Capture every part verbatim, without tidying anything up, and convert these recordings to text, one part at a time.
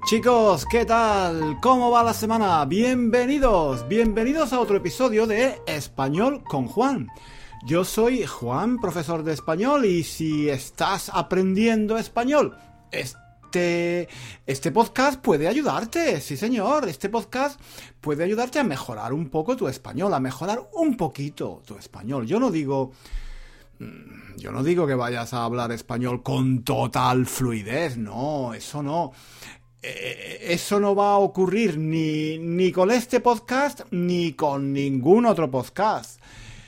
Chicos, ¿qué tal? ¿Cómo va la semana? Bienvenidos, bienvenidos a otro episodio de Español con Juan. Yo soy Juan, profesor de español, y si estás aprendiendo español, este, este podcast puede ayudarte, sí señor, este podcast puede ayudarte a mejorar un poco tu español, a mejorar un poquito tu español. Yo no digo... Yo no digo que vayas a hablar español con total fluidez, no, eso no. Eh, eso no va a ocurrir ni, ni con este podcast ni con ningún otro podcast.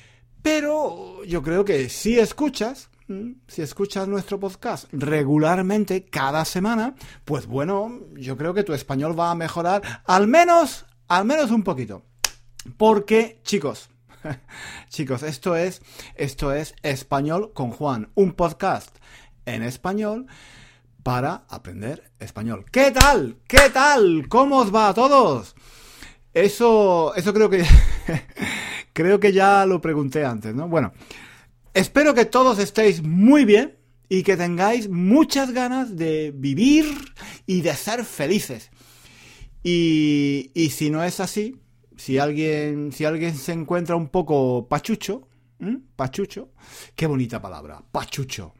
Pero yo creo que si escuchas, si escuchas nuestro podcast regularmente cada semana, pues bueno, yo creo que tu español va a mejorar al menos, al menos un poquito. Porque, chicos, chicos, esto es, esto es Español con Juan, un podcast en español para aprender español. ¿Qué tal? ¿Qué tal? ¿Cómo os va a todos? Eso, eso creo que, creo que ya lo pregunté antes, ¿no? Bueno, espero que todos estéis muy bien y que tengáis muchas ganas de vivir y de ser felices. Y, y si no es así, Si alguien, si alguien se encuentra un poco pachucho, ¿eh? pachucho, qué bonita palabra, pachucho.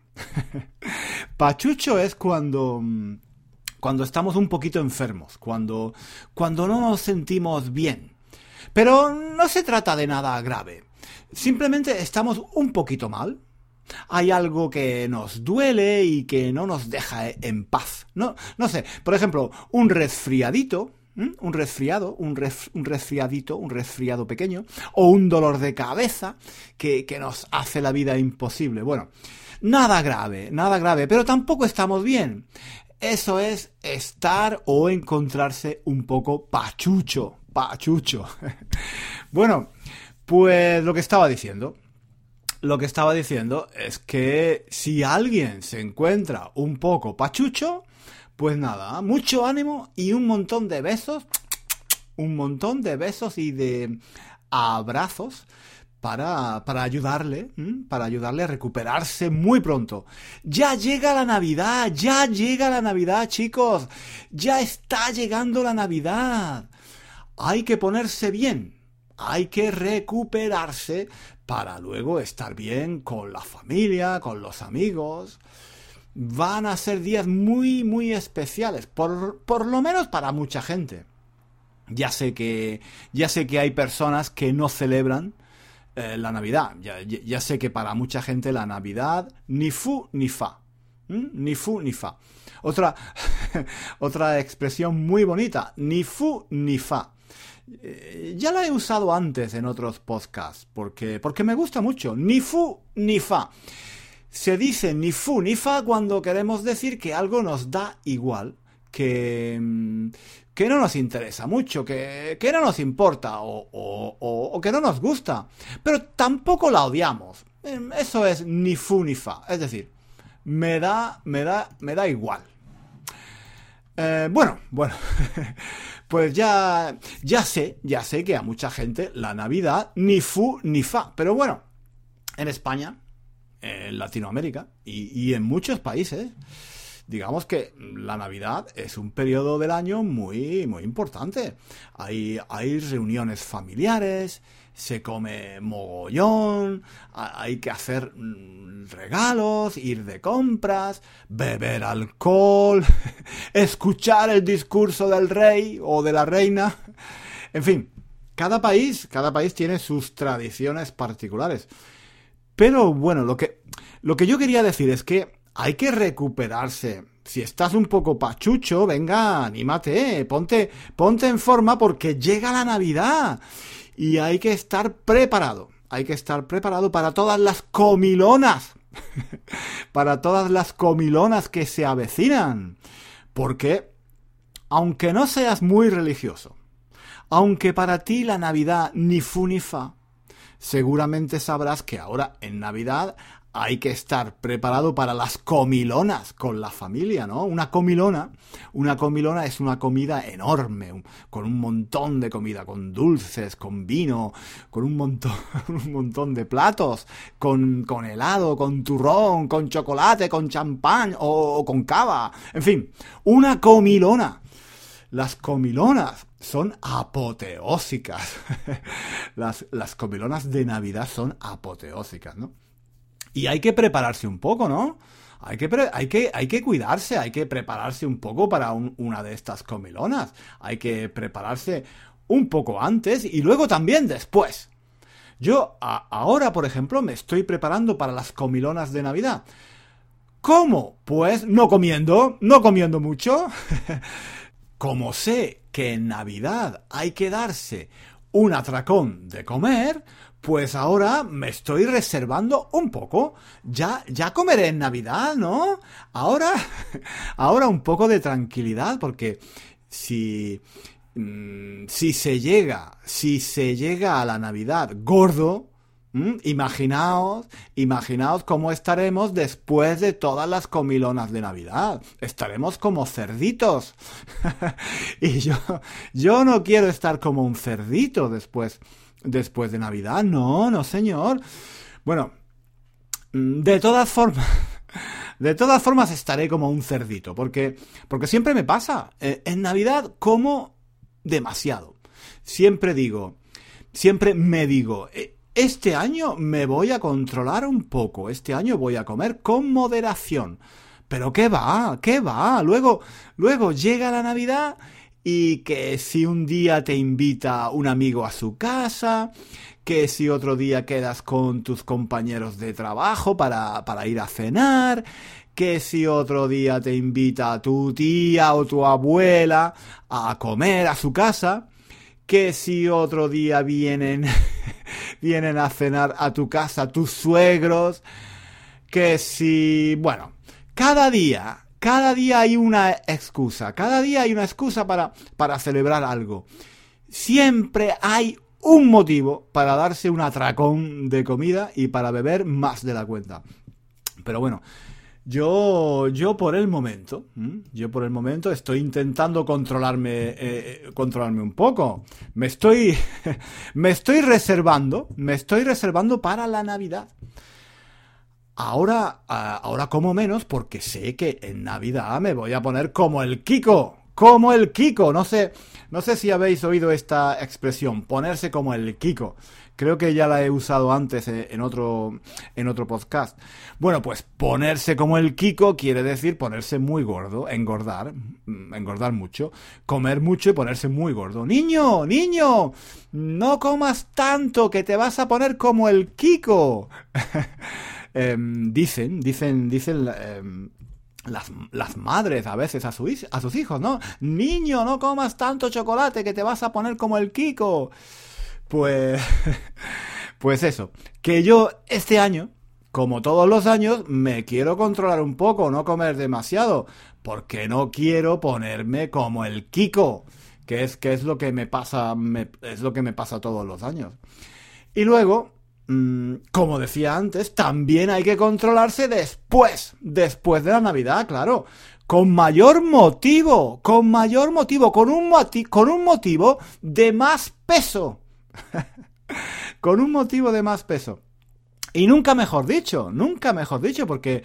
Pachucho es cuando, cuando estamos un poquito enfermos, cuando, cuando no nos sentimos bien. Pero no se trata de nada grave, simplemente estamos un poquito mal. Hay algo que nos duele y que no nos deja en paz. No, no sé, por ejemplo, un resfriadito. ¿Mm? Un resfriado, un, ref, un resfriadito, un resfriado pequeño, o un dolor de cabeza que, que nos hace la vida imposible. Bueno, nada grave, nada grave, pero tampoco estamos bien. Eso es estar o encontrarse un poco pachucho, pachucho. Bueno, pues lo que estaba diciendo, lo que estaba diciendo es que si alguien se encuentra un poco pachucho, pues nada, mucho ánimo y un montón de besos, un montón de besos y de abrazos para, para ayudarle, ¿m? para ayudarle a recuperarse muy pronto. Ya llega la Navidad, ya llega la Navidad, chicos, ya está llegando la Navidad. Hay que ponerse bien, hay que recuperarse para luego estar bien con la familia, con los amigos. Van a ser días muy, muy especiales, por, por lo menos para mucha gente. Ya sé que, ya sé que hay personas que no celebran eh, la Navidad. Ya, ya, ya sé que para mucha gente la Navidad ni fu ni fa. ¿Mm? Ni fu ni fa. Otra, otra expresión muy bonita, ni fu ni fa. Eh, ya la he usado antes en otros podcasts, porque, porque me gusta mucho. Ni fu ni fa. Se dice ni fu ni fa cuando queremos decir que algo nos da igual, que, que no nos interesa mucho, que, que no nos importa o, o, o, o que no nos gusta, pero tampoco la odiamos. Eso es ni fu ni fa, es decir, me da, me da, me da igual. Eh, bueno, bueno, pues ya, ya sé, ya sé que a mucha gente la Navidad ni fu ni fa, pero bueno, en España, en Latinoamérica y, y en muchos países, digamos que la Navidad es un periodo del año muy, muy importante. Hay, hay reuniones familiares, se come mogollón, hay que hacer regalos, ir de compras, beber alcohol, escuchar el discurso del rey o de la reina. En fin, cada país, cada país tiene sus tradiciones particulares. Pero bueno, lo que, lo que yo quería decir es que hay que recuperarse. Si estás un poco pachucho, venga, anímate, ponte, ponte en forma porque llega la Navidad. Y hay que estar preparado. Hay que estar preparado para todas las comilonas. Para todas las comilonas que se avecinan. Porque, aunque no seas muy religioso, aunque para ti la Navidad ni fu ni fa, seguramente sabrás que ahora en Navidad hay que estar preparado para las comilonas con la familia, ¿no? Una comilona, una comilona es una comida enorme, con un montón de comida, con dulces, con vino, con un montón, un montón de platos, con, con helado, con turrón, con chocolate, con champán o, o con cava, en fin, una comilona. las comilonas son apoteósicas. las, las comilonas de Navidad son apoteósicas, ¿no? Y hay que prepararse un poco, ¿no? Hay que, pre- hay que, hay que cuidarse, hay que prepararse un poco para un- una de estas comilonas. Hay que prepararse un poco antes y luego también después. Yo a- ahora, por ejemplo, me estoy preparando para las comilonas de Navidad. ¿Cómo? Pues no comiendo, no comiendo mucho. Como sé que en Navidad hay que darse un atracón de comer, pues ahora me estoy reservando un poco. Ya, ya comeré en Navidad, ¿no? Ahora, ahora un poco de tranquilidad, porque si, mm, si se llega, si se llega a la Navidad gordo, ¿Mm? Imaginaos, imaginaos cómo estaremos después de todas las comilonas de Navidad. Estaremos como cerditos. Y yo, yo no quiero estar como un cerdito después, después de Navidad. No, no, señor. Bueno, de todas formas, de todas formas estaré como un cerdito, porque, porque siempre me pasa. Eh, En Navidad como demasiado. Siempre digo, siempre me digo, eh, este año me voy a controlar un poco, este año voy a comer con moderación. Pero ¿qué va? ¿Qué va? Luego, luego llega la Navidad y que si un día te invita un amigo a su casa, que si otro día quedas con tus compañeros de trabajo para, para ir a cenar, que si otro día te invita a tu tía o tu abuela a comer a su casa, que si otro día vienen, vienen a cenar a tu casa tus suegros, que si, bueno, cada día, cada día hay una excusa, cada día hay una excusa para, para celebrar algo. Siempre hay un motivo para darse un atracón de comida y para beber más de la cuenta. Pero bueno, yo, yo por el momento, ¿m? yo por el momento estoy intentando controlarme, eh, controlarme un poco. Me estoy, me estoy reservando, me estoy reservando para la Navidad. Ahora, ahora como menos porque sé que en Navidad me voy a poner como el Kiko, como el Kiko. No sé, no sé si habéis oído esta expresión, ponerse como el Kiko. Creo que ya la he usado antes en otro, en otro podcast. Bueno, pues ponerse como el Kiko quiere decir ponerse muy gordo, engordar, engordar mucho, comer mucho y ponerse muy gordo. ¡Niño, niño! No comas tanto que te vas a poner como el Kiko. eh, dicen, dicen, dicen... Eh, Las, las madres a veces a, su, a sus hijos, ¿no? Niño, no comas tanto chocolate que te vas a poner como el Kiko. Pues, pues eso, que yo este año, como todos los años, me quiero controlar un poco, no comer demasiado, porque no quiero ponerme como el Kiko, que es, que es lo que me pasa, me, es lo que me pasa todos los años. Y luego, como decía antes, también hay que controlarse después, después de la Navidad, claro, con mayor motivo, con mayor motivo, con un, moti- con un motivo de más peso, con un motivo de más peso. Y nunca mejor dicho, nunca mejor dicho, porque,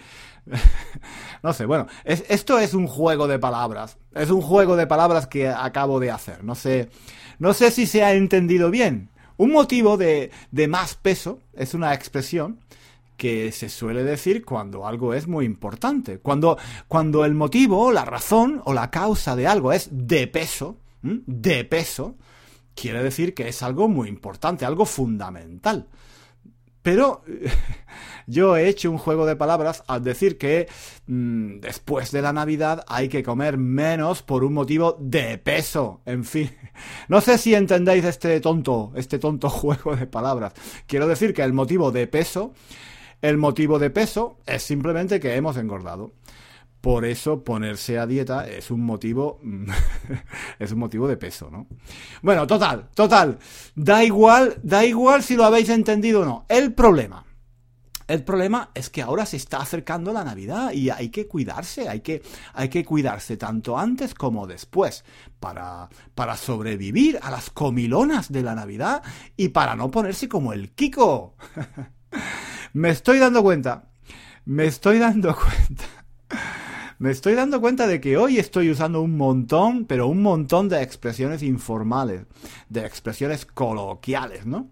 no sé, bueno, es, esto es un juego de palabras, es un juego de palabras que acabo de hacer, no sé, no sé si se ha entendido bien. Un motivo de, de más peso es una expresión que se suele decir cuando algo es muy importante. Cuando, cuando el motivo, la razón o la causa de algo es de peso, ¿m? de peso, quiere decir que es algo muy importante, algo fundamental. Pero yo he hecho un juego de palabras al decir que mmm, después de la Navidad hay que comer menos por un motivo de peso. En fin, no sé si entendéis este tonto, este tonto juego de palabras. Quiero decir que el motivo de peso, el motivo de peso es simplemente que hemos engordado. Por eso ponerse a dieta es un motivo es un motivo de peso, ¿no? Bueno, total, total, da igual, da igual si lo habéis entendido o no. El problema, el problema es que ahora se está acercando la Navidad y hay que cuidarse, hay que, hay que cuidarse tanto antes como después para, para sobrevivir a las comilonas de la Navidad y para no ponerse como el Kiko. Me estoy dando cuenta, me estoy dando cuenta. Me estoy dando cuenta de que hoy estoy usando un montón, pero un montón de expresiones informales, de expresiones coloquiales, ¿no?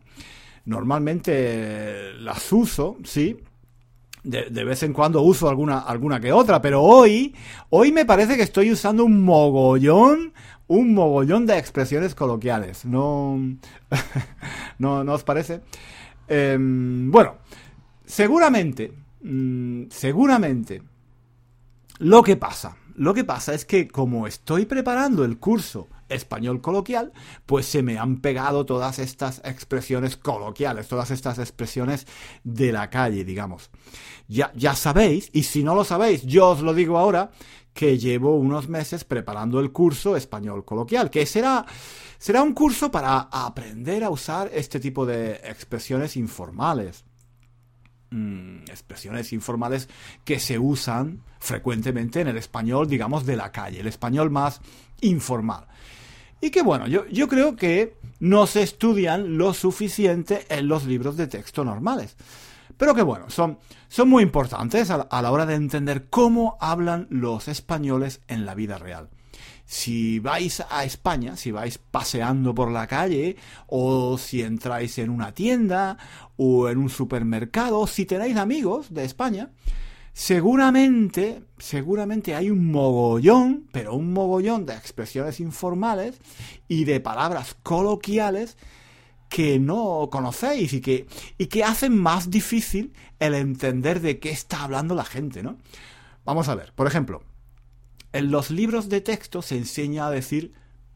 Normalmente las uso, sí. De, de vez en cuando uso alguna, alguna que otra, pero hoy, hoy me parece que estoy usando un mogollón, un mogollón de expresiones coloquiales. ¿No, no, ¿no os parece? Eh, bueno, seguramente, mmm, seguramente, lo que pasa, lo que pasa es que como estoy preparando el curso español coloquial, pues se me han pegado todas estas expresiones coloquiales, todas estas expresiones de la calle, digamos. Ya, ya sabéis, y si no lo sabéis, yo os lo digo ahora, que llevo unos meses preparando el curso español coloquial, que será, será un curso para aprender a usar este tipo de expresiones informales. Mm, expresiones informales que se usan frecuentemente en el español, digamos, de la calle, el español más informal. Y que bueno, yo, yo creo que no se estudian lo suficiente en los libros de texto normales. Pero que bueno, son, son muy importantes a, a la hora de entender cómo hablan los españoles en la vida real. Si vais a España, si vais paseando por la calle, o si entráis en una tienda, o en un supermercado, si tenéis amigos de España, seguramente, seguramente hay un mogollón, pero un mogollón de expresiones informales y de palabras coloquiales que no conocéis y que, y que hacen más difícil el entender de qué está hablando la gente, ¿no? Vamos a ver, por ejemplo, en los libros de texto se enseña a decir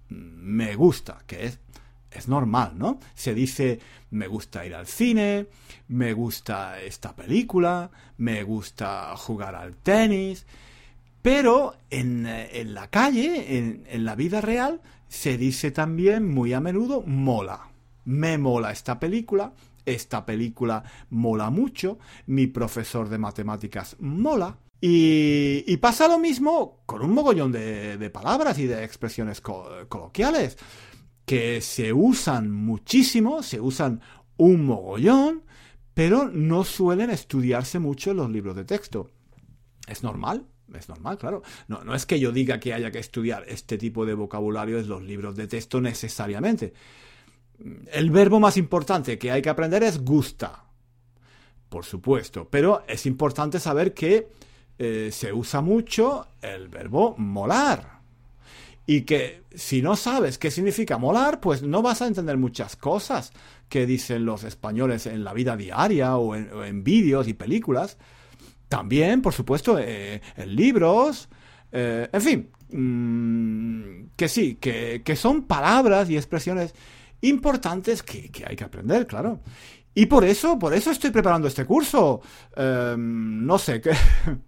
me gusta, que es, es normal, ¿no? Se dice me gusta ir al cine, me gusta esta película, me gusta jugar al tenis, pero en, en la calle, en, en la vida real, se dice también muy a menudo mola. Me mola esta película, esta película mola mucho, mi profesor de matemáticas mola. Y, y pasa lo mismo con un mogollón de, de palabras y de expresiones co- coloquiales que se usan muchísimo, se usan un mogollón, pero no suelen estudiarse mucho en los libros de texto. Es normal, es normal, claro. No, no es que yo diga que haya que estudiar este tipo de vocabulario en los libros de texto necesariamente. El verbo más importante que hay que aprender es gusta, por supuesto, pero es importante saber que eh, se usa mucho el verbo molar y que si no sabes qué significa molar, pues no vas a entender muchas cosas que dicen los españoles en la vida diaria o en, o en vídeos y películas. También, por supuesto, eh, en libros, eh, en fin, mmm, que sí, que, que son palabras y expresiones importantes que, que hay que aprender, claro. Y por eso, por eso estoy preparando este curso. Eh, no sé, que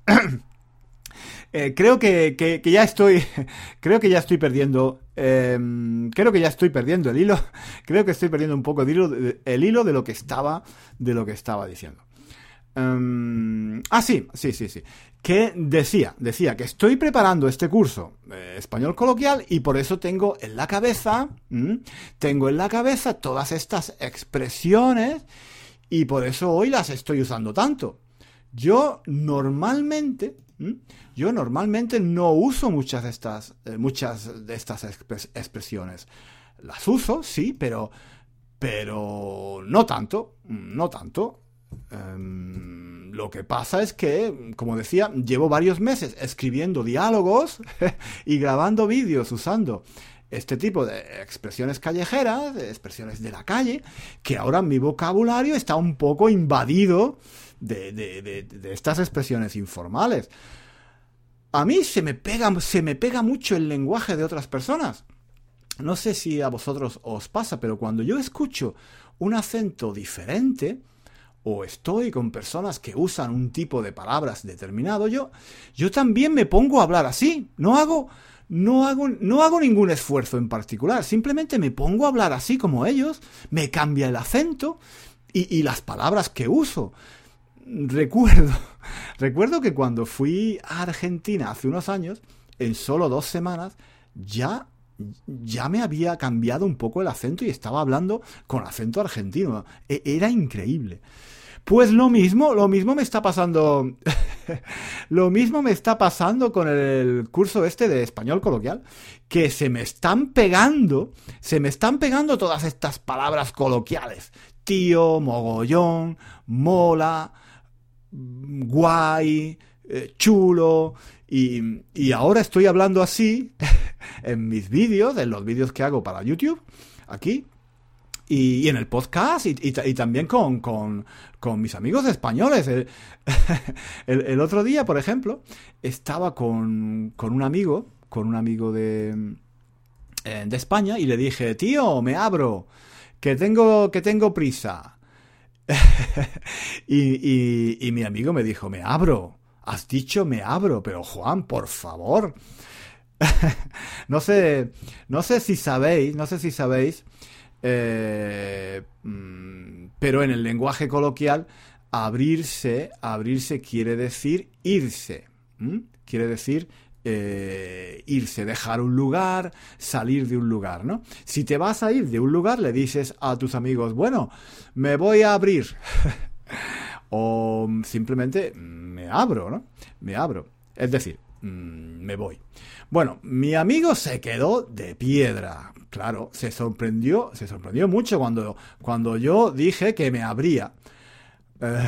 eh, creo que, que, que ya estoy, creo que ya estoy perdiendo, eh, creo que ya estoy perdiendo el hilo. Creo que estoy perdiendo un poco el hilo, el hilo de lo que estaba, de lo que estaba diciendo. Um, ah, sí, sí, sí, sí. Que decía, decía que estoy preparando este curso eh, español coloquial y por eso tengo en la cabeza, ¿m? tengo en la cabeza todas estas expresiones y por eso hoy las estoy usando tanto. Yo normalmente, ¿m? yo normalmente no uso muchas de estas, eh, muchas de estas expres- expresiones. Las uso, sí, pero, pero no tanto, no tanto. Um, lo que pasa es que, como decía, llevo varios meses escribiendo diálogos y grabando vídeos usando este tipo de expresiones callejeras, de expresiones de la calle, que ahora mi vocabulario está un poco invadido de, de, de, de estas expresiones informales. A mí se me pega, se me pega mucho el lenguaje de otras personas. No sé si a vosotros os pasa, pero cuando yo escucho un acento diferente o estoy con personas que usan un tipo de palabras determinado, yo, yo también me pongo a hablar así. No hago, no hago, no hago ningún esfuerzo en particular. Simplemente me pongo a hablar así como ellos, me cambia el acento y, y las palabras que uso. Recuerdo, recuerdo que cuando fui a Argentina hace unos años, en solo dos semanas, ya ya me había cambiado un poco el acento y estaba hablando con acento argentino. E- era increíble. Pues lo mismo, lo mismo me está pasando, lo mismo me está pasando con el curso este de español coloquial, que se me están pegando, se me están pegando todas estas palabras coloquiales. Tío, mogollón, mola, guay, eh, chulo, y, y ahora estoy hablando así en mis vídeos, en los vídeos que hago para YouTube, aquí, y, y en el podcast, y, y, y también con, con, con mis amigos españoles. El, el, el otro día, por ejemplo, estaba con, con un amigo, con un amigo de, eh, de España, y le dije, tío, me abro, que tengo, que tengo prisa. y, y, y mi amigo me dijo, me abro. Has dicho me abro, pero Juan, por favor. no sé, no sé si sabéis, no sé si sabéis, eh, pero en el lenguaje coloquial, abrirse, abrirse quiere decir irse. ¿Mm? Quiere decir eh, irse, dejar un lugar, salir de un lugar, ¿no? Si te vas a ir de un lugar, le dices a tus amigos, bueno, me voy a abrir. O simplemente me abro, ¿no? Me abro. Es decir, me voy. Bueno, mi amigo se quedó de piedra. Claro, se sorprendió, se sorprendió mucho cuando, cuando yo dije que me abría. Eh,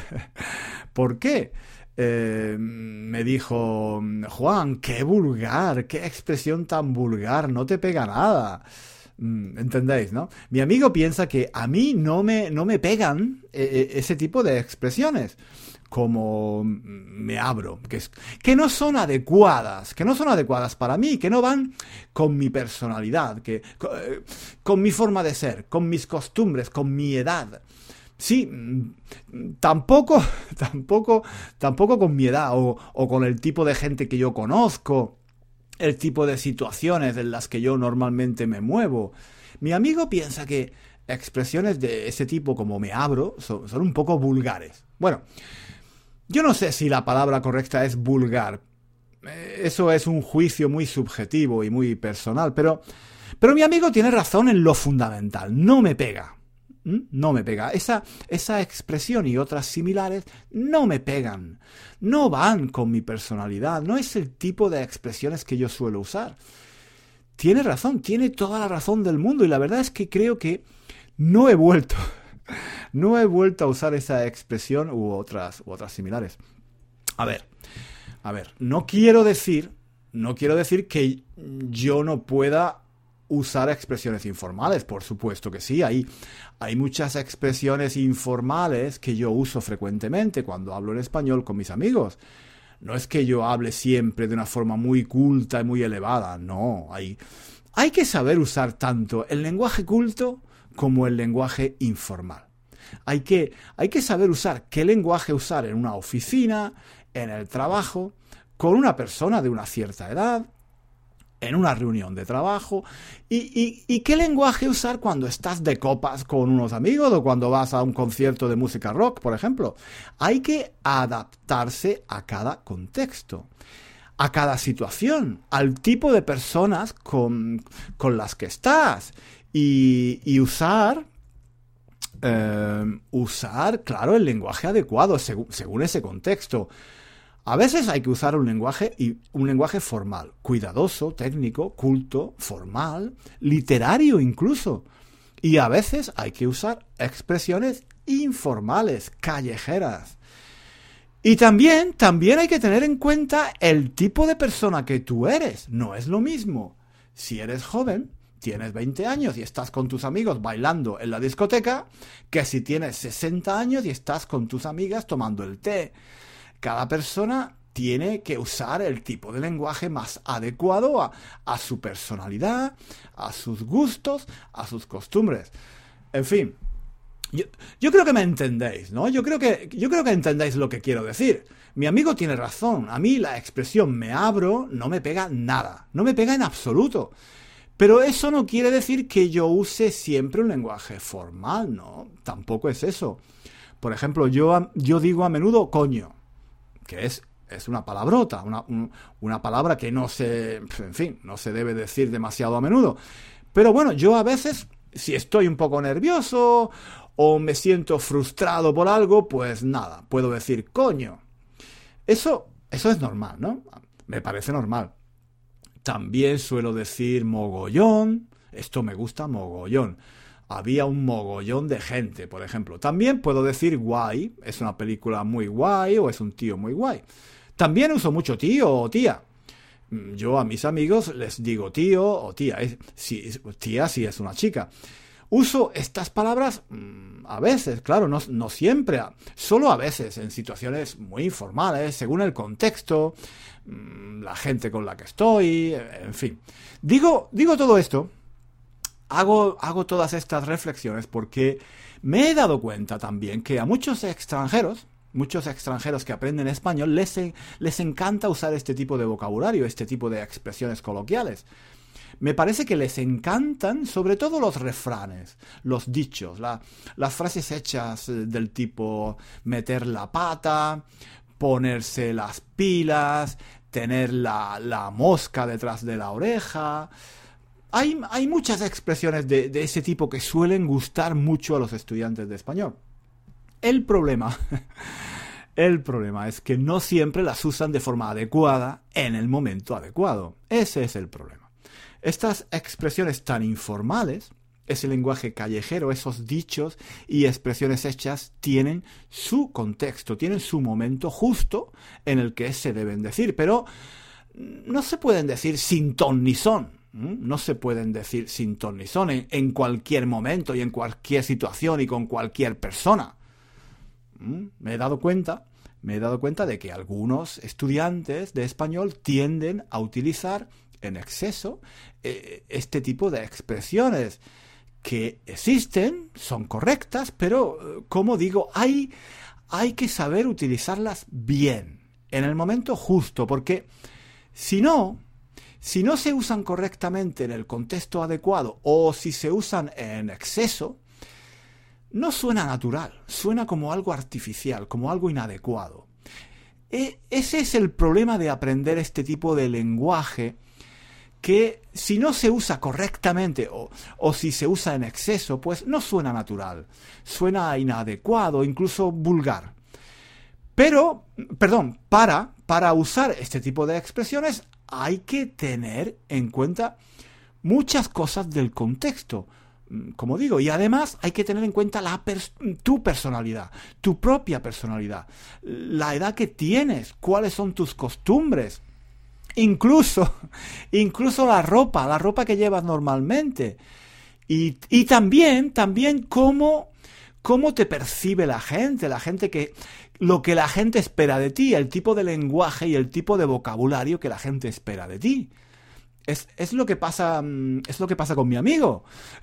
¿Por qué? Eh, me dijo, Juan, qué vulgar, qué expresión tan vulgar, no te pega nada. ¿Entendéis, no? Mi amigo piensa que a mí no me, no me pegan eh, ese tipo de expresiones, como me abro, que, es, que no son adecuadas, que no son adecuadas para mí, que no van con mi personalidad, que, con, con mi forma de ser, con mis costumbres, con mi edad. Sí, tampoco, tampoco, tampoco con mi edad o, o con el tipo de gente que yo conozco, el tipo de situaciones en las que yo normalmente me muevo. Mi amigo piensa que expresiones de ese tipo como me abro son, son un poco vulgares. Bueno, yo no sé si la palabra correcta es vulgar. Eso es un juicio muy subjetivo y muy personal, pero, pero mi amigo tiene razón en lo fundamental. No me pega. No me pega. Esa, esa expresión y otras similares no me pegan. No van con mi personalidad. No es el tipo de expresiones que yo suelo usar. Tiene razón, tiene toda la razón del mundo. Y la verdad es que creo que no he vuelto. No he vuelto a usar esa expresión u otras, u otras similares. A ver, a ver, no quiero decir, no quiero decir que yo no pueda usar expresiones informales, por supuesto que sí. Hay, hay muchas expresiones informales que yo uso frecuentemente cuando hablo en español con mis amigos. No es que yo hable siempre de una forma muy culta y muy elevada, no. Hay, hay que saber usar tanto el lenguaje culto como el lenguaje informal. Hay que, hay que saber usar qué lenguaje usar en una oficina, en el trabajo, con una persona de una cierta edad, en una reunión de trabajo, y, y, y qué lenguaje usar cuando estás de copas con unos amigos o cuando vas a un concierto de música rock, por ejemplo. Hay que adaptarse a cada contexto, a cada situación, al tipo de personas con, con las que estás, y, y usar, eh, usar, claro, el lenguaje adecuado según, según ese contexto. A veces hay que usar un lenguaje, y un lenguaje formal, cuidadoso, técnico, culto, formal, literario incluso. Y a veces hay que usar expresiones informales, callejeras. Y también, también hay que tener en cuenta el tipo de persona que tú eres. No es lo mismo si eres joven, tienes veinte años y estás con tus amigos bailando en la discoteca, que si tienes sesenta años y estás con tus amigas tomando el té. Cada persona tiene que usar el tipo de lenguaje más adecuado a, a su personalidad, a sus gustos, a sus costumbres. En fin, yo, yo creo que me entendéis, ¿no? Yo creo que, yo creo que entendéis lo que quiero decir. Mi amigo tiene razón. A mí la expresión me abro no me pega nada. No me pega en absoluto. Pero eso no quiere decir que yo use siempre un lenguaje formal, ¿no? Tampoco es eso. Por ejemplo, yo, yo digo a menudo coño, que es, es una palabrota, una, un, una palabra que no se, en fin, no se debe decir demasiado a menudo. Pero bueno, yo a veces, si estoy un poco nervioso o me siento frustrado por algo, pues nada, puedo decir coño. Eso, eso es normal, ¿no? Me parece normal. También suelo decir mogollón. Esto me gusta mogollón. Había un mogollón de gente, por ejemplo. También puedo decir guay. Es una película muy guay o es un tío muy guay. También uso mucho tío o tía. Yo a mis amigos les digo tío o tía. Si, tía si es una chica. Uso estas palabras mmm, a veces, claro, no, no siempre, solo a veces, en situaciones muy informales, según el contexto, mmm, la gente con la que estoy, en fin. Digo, digo todo esto, hago, hago todas estas reflexiones porque me he dado cuenta también que a muchos extranjeros, muchos extranjeros que aprenden español, les, les encanta usar este tipo de vocabulario, este tipo de expresiones coloquiales. Me parece que les encantan sobre todo los refranes, los dichos, la, las frases hechas del tipo meter la pata, ponerse las pilas, tener la, la mosca detrás de la oreja. Hay, hay muchas expresiones de, de ese tipo que suelen gustar mucho a los estudiantes de español. El problema, el problema es que no siempre las usan de forma adecuada en el momento adecuado. Ese es el problema. Estas expresiones tan informales, ese lenguaje callejero, esos dichos y expresiones hechas tienen su contexto, tienen su momento justo en el que se deben decir, pero no se pueden decir sin ton ni son, no se pueden decir sin ton ni son en, en cualquier momento y en cualquier situación y con cualquier persona. Me he dado cuenta, me he dado cuenta de que algunos estudiantes de español tienden a utilizar en exceso eh, este tipo de expresiones que existen, son correctas, pero, como digo, hay, hay que saber utilizarlas bien, en el momento justo, porque si no, si no se usan correctamente en el contexto adecuado o si se usan en exceso, no suena natural, suena como algo artificial, como algo inadecuado. E- ese es el problema de aprender este tipo de lenguaje, que si no se usa correctamente o, o si se usa en exceso, pues no suena natural, suena inadecuado, incluso vulgar. Pero, perdón, para, para usar este tipo de expresiones hay que tener en cuenta muchas cosas del contexto, como digo, y además hay que tener en cuenta la pers- tu personalidad, tu propia personalidad, la edad que tienes, cuáles son tus costumbres. Incluso, incluso la ropa, la ropa que llevas normalmente. Y, y también, también cómo, cómo te percibe la gente, la gente que, lo que la gente espera de ti, el tipo de lenguaje y el tipo de vocabulario que la gente espera de ti. Es, es lo que pasa, es lo que pasa con mi amigo.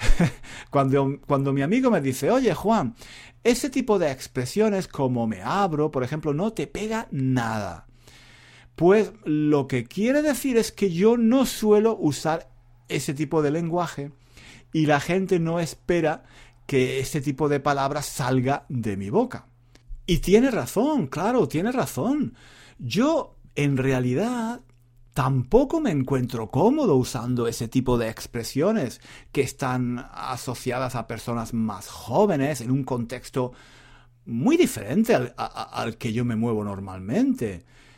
Cuando, cuando mi amigo me dice, oye Juan, ese tipo de expresiones como me abro, por ejemplo, no te pega nada. Pues lo que quiere decir es que yo no suelo usar ese tipo de lenguaje y la gente no espera que ese tipo de palabras salga de mi boca. Y tiene razón, claro, tiene razón. Yo, en realidad, tampoco me encuentro cómodo usando ese tipo de expresiones que están asociadas a personas más jóvenes en un contexto muy diferente al, a, al que yo me muevo normalmente.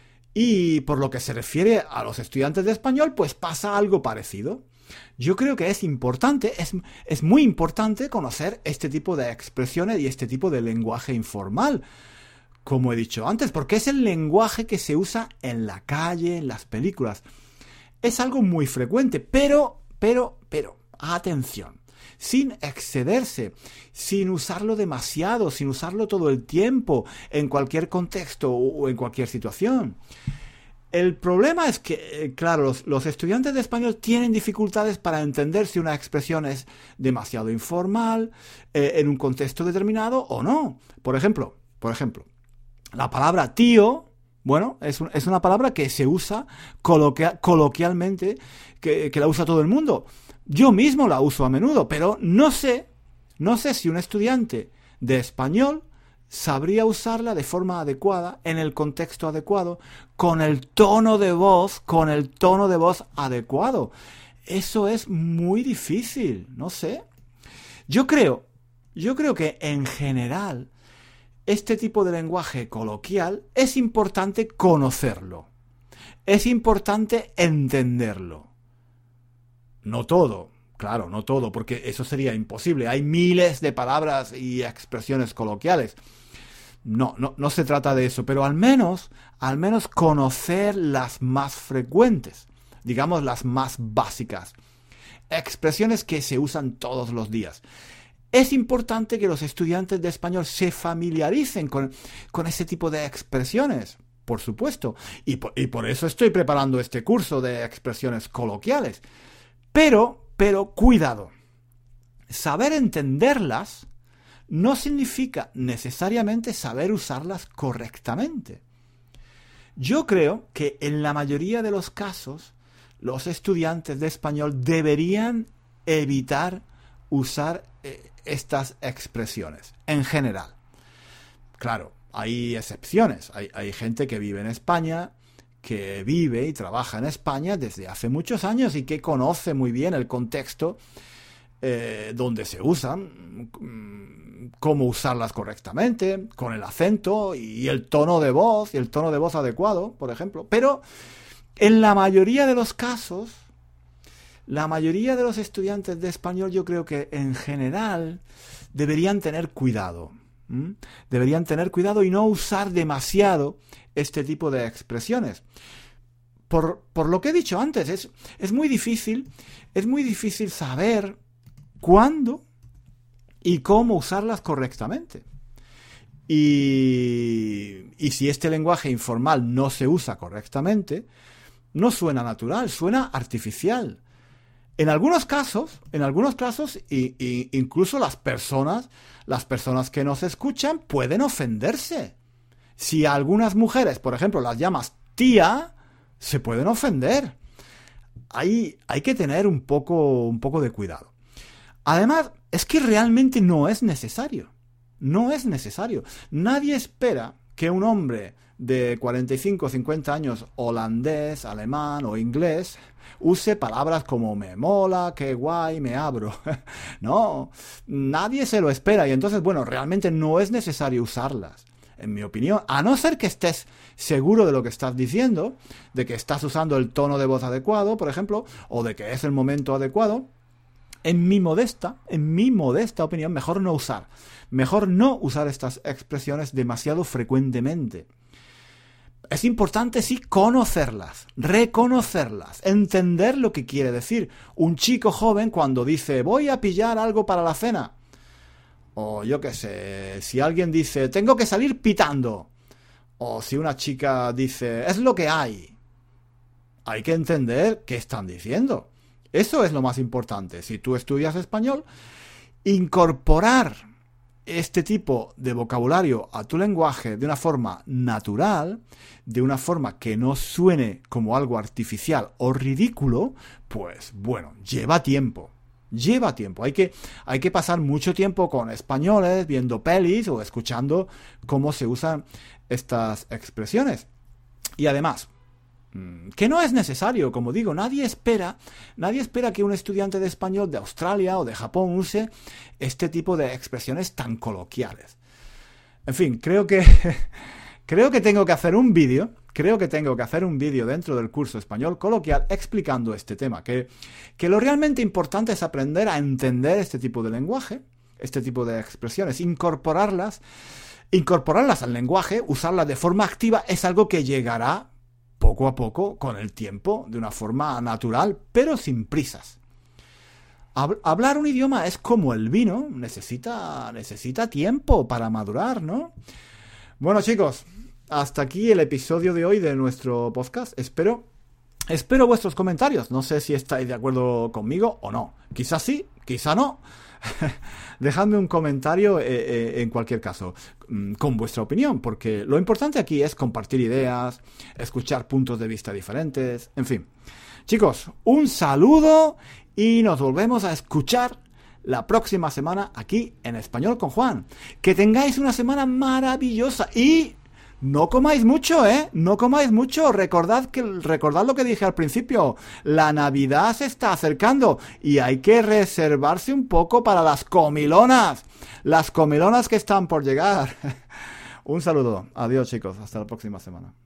Y por lo que se refiere a los estudiantes de español, pues pasa algo parecido. Yo creo que es importante, es, es muy importante conocer este tipo de expresiones y este tipo de lenguaje informal, como he dicho antes, porque es el lenguaje que se usa en la calle, en las películas. Es algo muy frecuente, pero, pero, pero, atención, sin excederse, sin usarlo demasiado, sin usarlo todo el tiempo, en cualquier contexto o en cualquier situación. El problema es que, claro, los, los estudiantes de español tienen dificultades para entender si una expresión es demasiado informal, eh, en un contexto determinado o no. Por ejemplo, por ejemplo, la palabra tío, bueno, es, un, es una palabra que se usa coloquia, coloquialmente, que, que la usa todo el mundo. Yo mismo la uso a menudo, pero no sé, no sé si un estudiante de español sabría usarla de forma adecuada, en el contexto adecuado, con el tono de voz, con el tono de voz adecuado. Eso es muy difícil, no sé. Yo creo, yo creo que en general este tipo de lenguaje coloquial es importante conocerlo. Es importante entenderlo. No todo, claro, no todo, porque eso sería imposible. Hay miles de palabras y expresiones coloquiales. No, no, no se trata de eso, pero al menos, al menos conocer las más frecuentes, digamos las más básicas. Expresiones que se usan todos los días. Es importante que los estudiantes de español se familiaricen con, con ese tipo de expresiones, por supuesto. Y por, y por eso estoy preparando este curso de expresiones coloquiales. Pero, pero, cuidado. Saber entenderlas no significa necesariamente saber usarlas correctamente. Yo creo que en la mayoría de los casos, los estudiantes de español deberían evitar usar eh, estas expresiones, en general. Claro, hay excepciones. Hay, hay gente que vive en España, que vive y trabaja en España desde hace muchos años y que conoce muy bien el contexto eh, donde se usan, cómo usarlas correctamente, con el acento y el tono de voz, y el tono de voz adecuado, por ejemplo. Pero en la mayoría de los casos, la mayoría de los estudiantes de español, yo creo que en general deberían tener cuidado. ¿Mm? Deberían tener cuidado y no usar demasiado este tipo de expresiones. Por, por lo que he dicho antes, es, es muy difícil, es muy difícil saber cuándo y cómo usarlas correctamente. Y, y si este lenguaje informal no se usa correctamente, no suena natural, suena artificial. En algunos casos, en algunos casos, y, y incluso las personas, las personas que nos escuchan pueden ofenderse. Si a algunas mujeres, por ejemplo, las llamas tía, se pueden ofender. Hay, hay que tener un poco, un poco de cuidado. Además, es que realmente no es necesario. No es necesario. Nadie espera que un hombre de cuarenta y cinco o cincuenta años, holandés, alemán o inglés, use palabras como me mola, qué guay, me abro. No, nadie se lo espera y entonces, bueno, realmente no es necesario usarlas, en mi opinión, a no ser que estés seguro de lo que estás diciendo, de que estás usando el tono de voz adecuado, por ejemplo, o de que es el momento adecuado. En mi modesta, en mi modesta opinión, mejor no usar. Mejor no usar estas expresiones demasiado frecuentemente. Es importante, sí, conocerlas, reconocerlas, entender lo que quiere decir un chico joven cuando dice voy a pillar algo para la cena. O yo qué sé, si alguien dice tengo que salir pitando. O si una chica dice es lo que hay. Hay que entender qué están diciendo. Eso es lo más importante. Si tú estudias español, incorporar este tipo de vocabulario a tu lenguaje de una forma natural, de una forma que no suene como algo artificial o ridículo, pues bueno, lleva tiempo. Lleva tiempo. Hay que, hay que pasar mucho tiempo con españoles, viendo pelis o escuchando cómo se usan estas expresiones. Y además, que no es necesario, como digo, nadie espera, nadie espera que un estudiante de español de Australia o de Japón use este tipo de expresiones tan coloquiales. En fin, creo que creo que tengo que hacer un vídeo, creo que tengo que hacer un vídeo dentro del curso español coloquial explicando este tema, que, que lo realmente importante es aprender a entender este tipo de lenguaje, este tipo de expresiones, incorporarlas, incorporarlas al lenguaje, usarlas de forma activa, es algo que llegará poco a poco, con el tiempo, de una forma natural, pero sin prisas. Hablar un idioma es como el vino, necesita, necesita tiempo para madurar, ¿no? Bueno, chicos, hasta aquí el episodio de hoy de nuestro podcast. Espero, espero vuestros comentarios. No sé si estáis de acuerdo conmigo o no. Quizás sí, quizá no. Dejadme un comentario eh, eh, en cualquier caso con vuestra opinión, porque lo importante aquí es compartir ideas, escuchar puntos de vista diferentes, en fin. Chicos, un saludo y nos volvemos a escuchar la próxima semana aquí en Español con Juan. Que tengáis una semana maravillosa y no comáis mucho, ¿eh? No comáis mucho. Recordad que, recordad lo que dije al principio. La Navidad se está acercando y hay que reservarse un poco para las comilonas. Las comilonas que están por llegar. Un saludo. Adiós, chicos. Hasta la próxima semana.